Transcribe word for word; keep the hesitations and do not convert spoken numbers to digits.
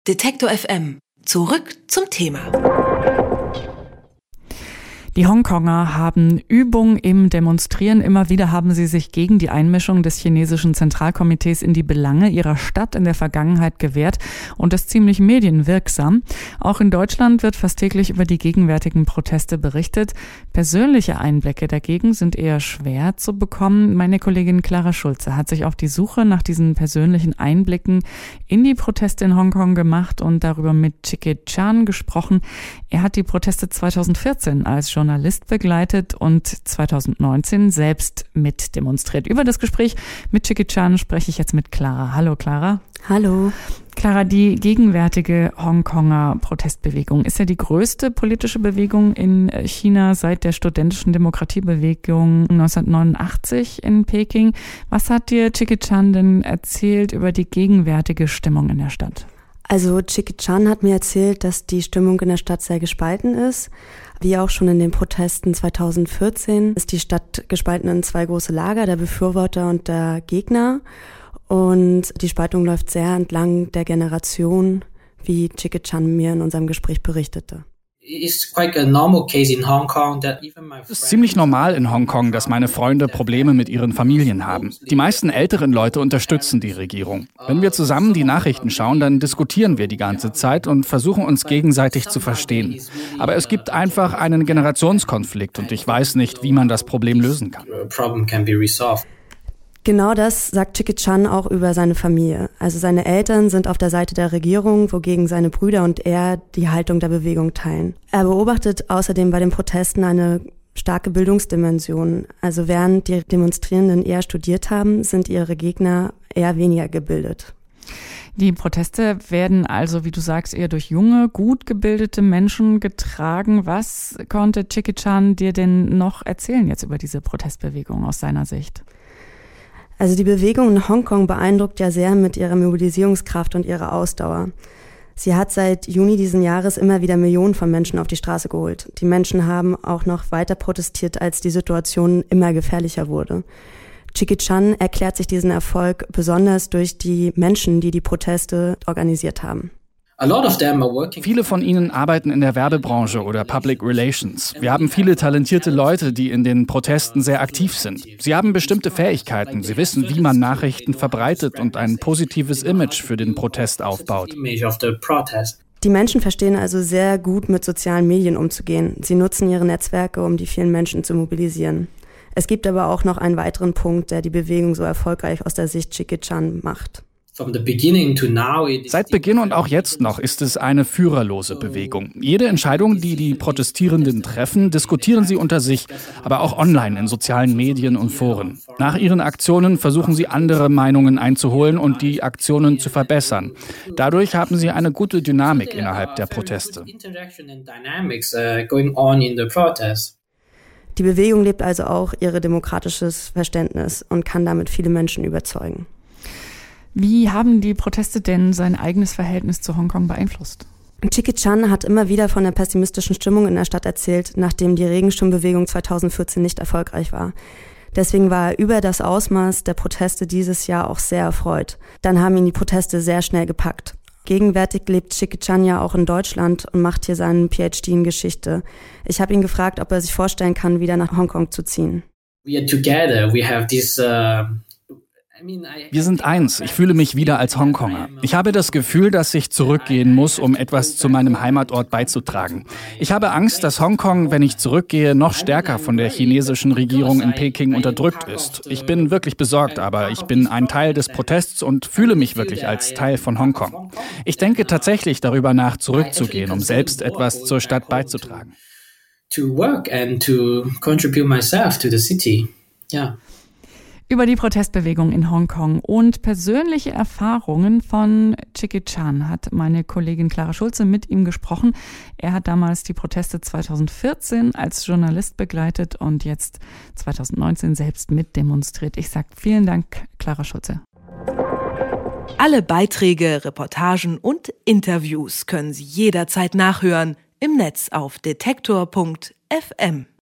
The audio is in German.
Detektor F M. Zurück zum Thema. Die Hongkonger haben Übung im Demonstrieren. Immer wieder haben sie sich gegen die Einmischung des chinesischen Zentralkomitees in die Belange ihrer Stadt in der Vergangenheit gewehrt und das ziemlich medienwirksam. Auch in Deutschland wird fast täglich über die gegenwärtigen Proteste berichtet. Persönliche Einblicke dagegen sind eher schwer zu bekommen. Meine Kollegin Clara Schulze hat sich auf die Suche nach diesen persönlichen Einblicken in die Proteste in Hongkong gemacht und darüber mit Chickie Chan gesprochen. Er hat die Proteste zweitausendvierzehn als Journalist begleitet und zweitausendneunzehn selbst mit demonstriert. Über das Gespräch mit Chickie Chan spreche ich jetzt mit Clara. Hallo Clara. Hallo. Clara, die gegenwärtige Hongkonger Protestbewegung ist ja die größte politische Bewegung in China seit der studentischen Demokratiebewegung neunzehnhundertneunundachtzig in Peking. Was hat dir Chickie Chan denn erzählt über die gegenwärtige Stimmung in der Stadt? Also Chickie Chan hat mir erzählt, dass die Stimmung in der Stadt sehr gespalten ist. Wie auch schon in den Protesten zweitausendvierzehn ist die Stadt gespalten in zwei große Lager, der Befürworter und der Gegner. Und die Spaltung läuft sehr entlang der Generation, wie Chickie Chan mir in unserem Gespräch berichtete. Es ist ziemlich normal in Hongkong, dass meine Freunde Probleme mit ihren Familien haben. Die meisten älteren Leute unterstützen die Regierung. Wenn wir zusammen die Nachrichten schauen, dann diskutieren wir die ganze Zeit und versuchen uns gegenseitig zu verstehen. Aber es gibt einfach einen Generationskonflikt und ich weiß nicht, wie man das Problem lösen kann. Genau das sagt Chickie Chan auch über seine Familie. Also seine Eltern sind auf der Seite der Regierung, wogegen seine Brüder und er die Haltung der Bewegung teilen. Er beobachtet außerdem bei den Protesten eine starke Bildungsdimension. Also während die Demonstrierenden eher studiert haben, sind ihre Gegner eher weniger gebildet. Die Proteste werden also, wie du sagst, eher durch junge, gut gebildete Menschen getragen. Was konnte Chickie Chan dir denn noch erzählen jetzt über diese Protestbewegung aus seiner Sicht? Also die Bewegung in Hongkong beeindruckt ja sehr mit ihrer Mobilisierungskraft und ihrer Ausdauer. Sie hat seit Juni diesen Jahres immer wieder Millionen von Menschen auf die Straße geholt. Die Menschen haben auch noch weiter protestiert, als die Situation immer gefährlicher wurde. Chickie Chan erklärt sich diesen Erfolg besonders durch die Menschen, die die Proteste organisiert haben. Viele von ihnen arbeiten in der Werbebranche oder Public Relations. Wir haben viele talentierte Leute, die in den Protesten sehr aktiv sind. Sie haben bestimmte Fähigkeiten. Sie wissen, wie man Nachrichten verbreitet und ein positives Image für den Protest aufbaut. Die Menschen verstehen also sehr gut, mit sozialen Medien umzugehen. Sie nutzen ihre Netzwerke, um die vielen Menschen zu mobilisieren. Es gibt aber auch noch einen weiteren Punkt, der die Bewegung so erfolgreich aus der Sicht Chickie Chan macht. Seit Beginn und auch jetzt noch ist es eine führerlose Bewegung. Jede Entscheidung, die die Protestierenden treffen, diskutieren sie unter sich, aber auch online in sozialen Medien und Foren. Nach ihren Aktionen versuchen sie, andere Meinungen einzuholen und die Aktionen zu verbessern. Dadurch haben sie eine gute Dynamik innerhalb der Proteste. Die Bewegung lebt also auch ihr demokratisches Verständnis und kann damit viele Menschen überzeugen. Wie haben die Proteste denn sein eigenes Verhältnis zu Hongkong beeinflusst? Chickie Chan hat immer wieder von der pessimistischen Stimmung in der Stadt erzählt, nachdem die Regenschirmbewegung zweitausendvierzehn nicht erfolgreich war. Deswegen war er über das Ausmaß der Proteste dieses Jahr auch sehr erfreut. Dann haben ihn die Proteste sehr schnell gepackt. Gegenwärtig lebt Chickie Chan ja auch in Deutschland und macht hier seinen P H D in Geschichte. Ich habe ihn gefragt, ob er sich vorstellen kann, wieder nach Hongkong zu ziehen. We are together. We have this, uh Wir sind eins. Ich fühle mich wieder als Hongkonger. Ich habe das Gefühl, dass ich zurückgehen muss, um etwas zu meinem Heimatort beizutragen. Ich habe Angst, dass Hongkong, wenn ich zurückgehe, noch stärker von der chinesischen Regierung in Peking unterdrückt ist. Ich bin wirklich besorgt, aber ich bin ein Teil des Protests und fühle mich wirklich als Teil von Hongkong. Ich denke tatsächlich darüber nach, zurückzugehen, um selbst etwas zur Stadt beizutragen. To work and to contribute myself to the city. Yeah. Über die Protestbewegung in Hongkong und persönliche Erfahrungen von Chickie Chan hat meine Kollegin Clara Schulze mit ihm gesprochen. Er hat damals die Proteste zweitausendvierzehn als Journalist begleitet und jetzt zweitausendneunzehn selbst mitdemonstriert. Ich sage vielen Dank, Clara Schulze. Alle Beiträge, Reportagen und Interviews können Sie jederzeit nachhören im Netz auf detektor punkt f m.